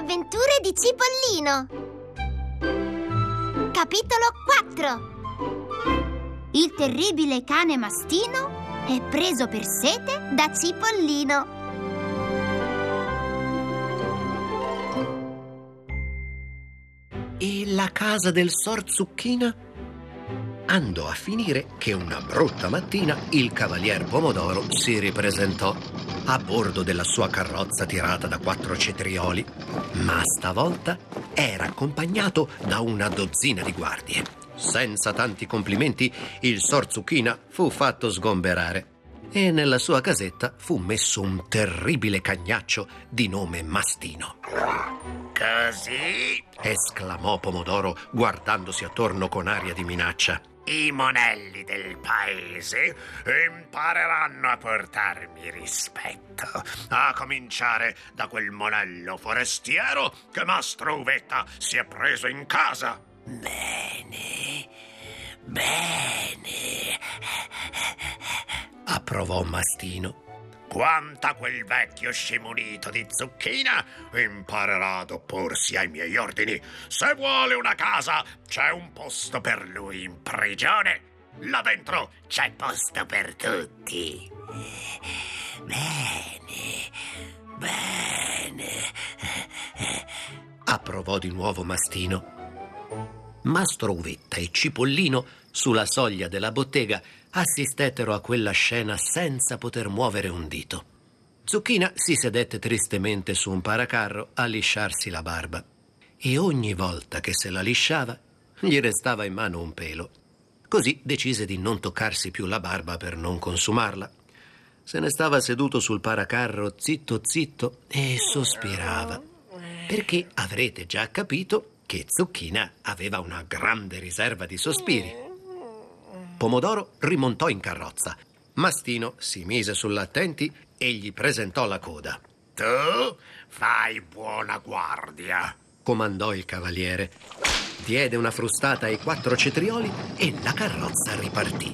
avventure di Cipollino. Capitolo 4. Il terribile cane Mastino è preso per sete da Cipollino. E la casa del Sor Zucchina? Andò a finire che una brutta mattina il cavalier Pomodoro si ripresentò a bordo della sua carrozza tirata da 4 cetrioli, ma stavolta era accompagnato da una dozzina di guardie. Senza tanti complimenti, il Sor Zucchina fu fatto sgomberare e nella sua casetta fu messo un terribile cagnaccio di nome Mastino. Così? Esclamò Pomodoro guardandosi attorno con aria di minaccia. I monelli del paese impareranno a portarmi rispetto, a cominciare da quel monello forestiero che Mastro Uvetta si è preso in casa. Bene, approvò Mastino. Quanto a quel vecchio scimunito di Zucchina, imparerà ad opporsi ai miei ordini. Se vuole una casa, c'è un posto per lui in prigione. Là dentro c'è posto per tutti. Bene. Approvò di nuovo Mastino. Mastro Uvetta e Cipollino, sulla soglia della bottega, assistettero a quella scena senza poter muovere un dito. Zucchina si sedette tristemente su un paracarro a lisciarsi la barba e ogni volta che se la lisciava gli restava in mano un pelo. Così decise di non toccarsi più la barba per non consumarla. Se ne stava seduto sul paracarro zitto e sospirava, perché avrete già capito che Zucchina aveva una grande riserva di sospiri. Pomodoro rimontò in carrozza. Mastino si mise sull'attenti e gli presentò la coda. Tu fai buona guardia, comandò il cavaliere. Diede una frustata ai 4 cetrioli e la carrozza ripartì.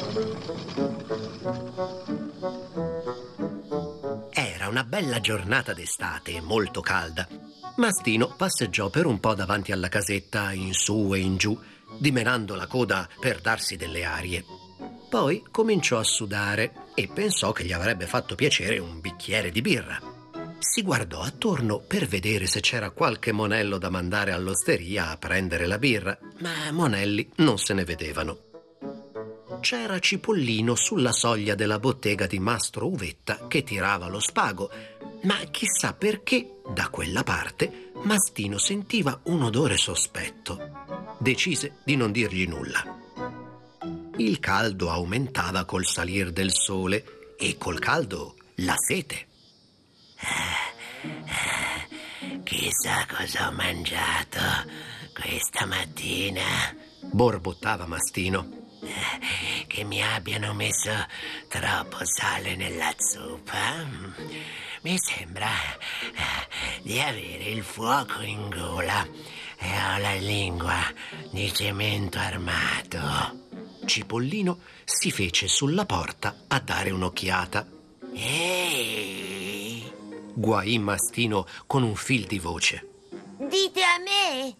Era una bella giornata d'estate e molto calda. Mastino passeggiò per un po' davanti alla casetta, in su e in giù, dimenando la coda per darsi delle arie. Poi cominciò a sudare e pensò che gli avrebbe fatto piacere un bicchiere di birra. Si guardò attorno per vedere se c'era qualche monello da mandare all'osteria a prendere la birra, ma monelli non se ne vedevano. C'era Cipollino sulla soglia della bottega di Mastro Uvetta che tirava lo spago, ma chissà perché da quella parte Mastino sentiva un odore sospetto. Decise di non dirgli nulla. Il caldo aumentava col salir del sole e col caldo la sete. Chissà cosa ho mangiato questa mattina, borbottava Mastino. Che mi abbiano messo troppo sale nella zuppa. Mi sembra di avere il fuoco in gola e ho la lingua di cemento armato. Cipollino si fece sulla porta a dare un'occhiata. Ehi! Guaì Mastino con un fil di voce. Dite a me?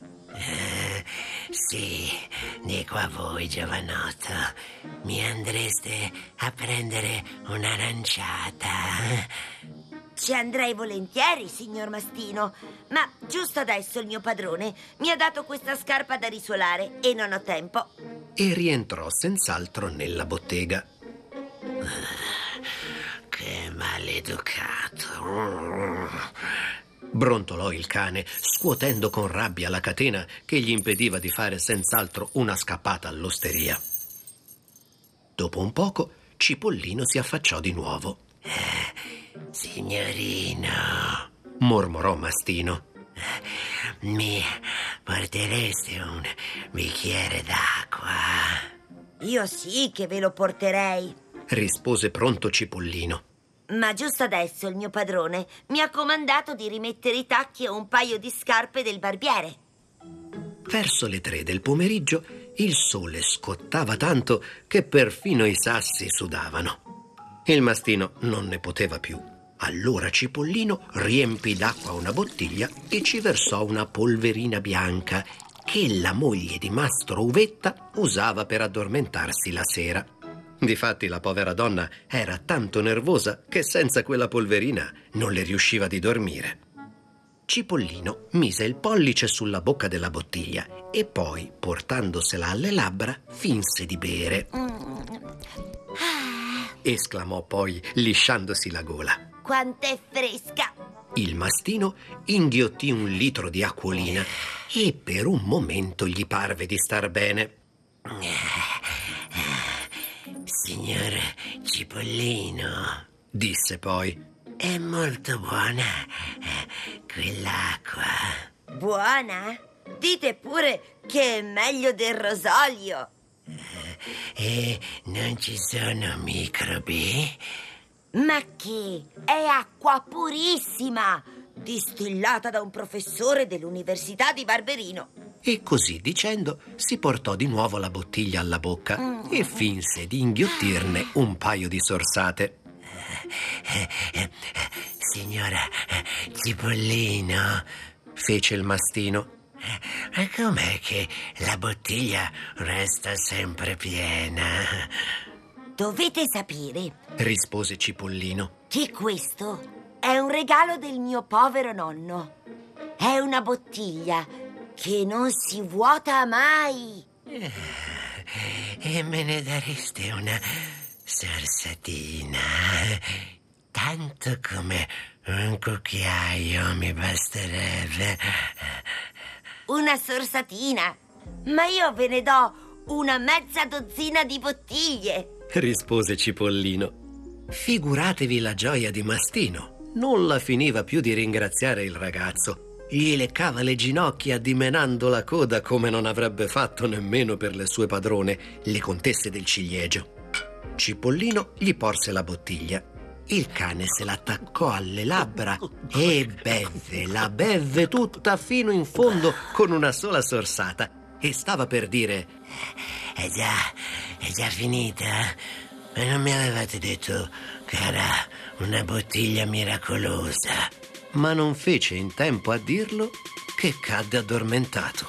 Sì, dico a voi, giovanotto. Mi andreste a prendere un'aranciata? Ci andrei volentieri, signor Mastino, ma giusto adesso il mio padrone mi ha dato questa scarpa da risuolare e non ho tempo. E rientrò senz'altro nella bottega. Che maleducato! Brontolò il cane, scuotendo con rabbia la catena che gli impediva di fare senz'altro una scappata all'osteria. Dopo un poco, Cipollino si affacciò di nuovo. Signorino, mormorò Mastino, mi portereste un bicchiere d'acqua? Io sì che ve lo porterei, rispose pronto Cipollino. Ma giusto adesso il mio padrone mi ha comandato di rimettere i tacchi a un paio di scarpe del barbiere. Verso le 3 del pomeriggio il sole scottava tanto che perfino i sassi sudavano. Il Mastino non ne poteva più. Allora Cipollino riempì d'acqua una bottiglia e ci versò una polverina bianca che la moglie di Mastro Uvetta usava per addormentarsi la sera. Difatti la povera donna era tanto nervosa che senza quella polverina non le riusciva di dormire. Cipollino mise il pollice sulla bocca della bottiglia e poi, portandosela alle labbra, finse di bere. Esclamò poi, lisciandosi la gola. Quant'è fresca! Il mastino inghiottì un litro di acquolina e per un momento gli parve di star bene. Signor Cipollino, disse poi, è molto buona quell'acqua. Buona? Dite pure che è meglio del rosolio. E non ci sono microbi? Ma che? È acqua purissima, distillata da un professore dell'Università di Barberino. E così dicendo si portò di nuovo la bottiglia alla bocca e finse di inghiottirne un paio di sorsate. Signora Cipollino, fece il mastino. Ma com'è che la bottiglia resta sempre piena? Dovete sapere, rispose Cipollino, che questo è un regalo del mio povero nonno. È una bottiglia che non si vuota mai. E me ne dareste una sorsatina? Tanto come un cucchiaio mi basterebbe. Una sorsatina? Ma io ve ne do una mezza dozzina di bottiglie, rispose Cipollino. Figuratevi la gioia di Mastino. Non la finiva più di ringraziare il ragazzo. Gli leccava le ginocchia dimenando la coda come non avrebbe fatto nemmeno per le sue padrone, le contesse del ciliegio. Cipollino gli porse la bottiglia. Il cane se l'attaccò alle labbra e la bevve tutta fino in fondo con una sola sorsata e stava per dire: È già finita? Ma non mi avevate detto che era una bottiglia miracolosa? Ma non fece in tempo a dirlo che cadde addormentato.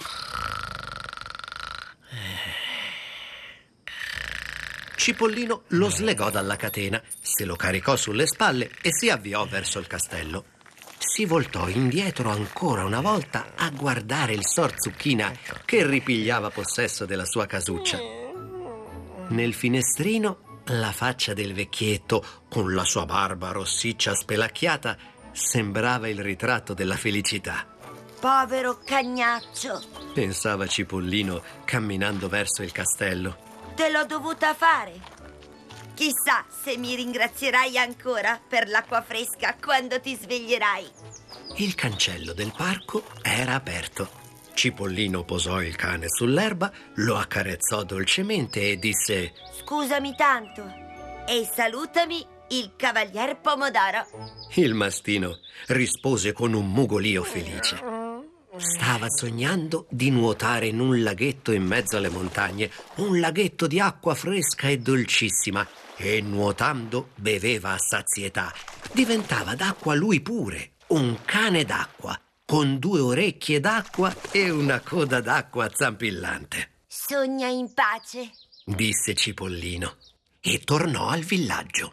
Cipollino lo slegò dalla catena, se lo caricò sulle spalle e si avviò verso il castello. Si voltò indietro ancora una volta a guardare il Sor Zucchina che ripigliava possesso della sua casuccia. Nel finestrino la faccia del vecchietto, con la sua barba rossiccia spelacchiata, sembrava il ritratto della felicità. Povero cagnaccio, pensava Cipollino camminando verso il castello. Te l'ho dovuta fare. Chissà se mi ringrazierai ancora per l'acqua fresca quando ti sveglierai. Il cancello del parco era aperto. Cipollino posò il cane sull'erba, lo accarezzò dolcemente e disse: Scusami tanto e salutami il cavalier Pomodoro. Il mastino rispose con un mugolio felice. Stava sognando di nuotare in un laghetto in mezzo alle montagne, un laghetto di acqua fresca e dolcissima, e nuotando beveva a sazietà. Diventava d'acqua lui pure, un cane d'acqua, con 2 orecchie d'acqua e una coda d'acqua zampillante. Sogna in pace, disse Cipollino, e tornò al villaggio.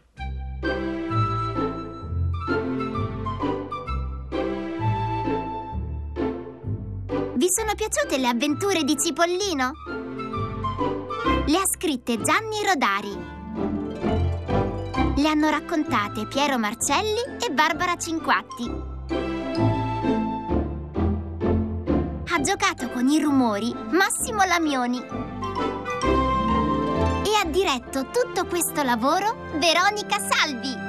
Vi sono piaciute le avventure di Cipollino? Le ha scritte Gianni Rodari. Le hanno raccontate Piero Marcelli e Barbara Cinquatti. Ha giocato con i rumori Massimo Lamioni. E ha diretto tutto questo lavoro Veronica Salvi.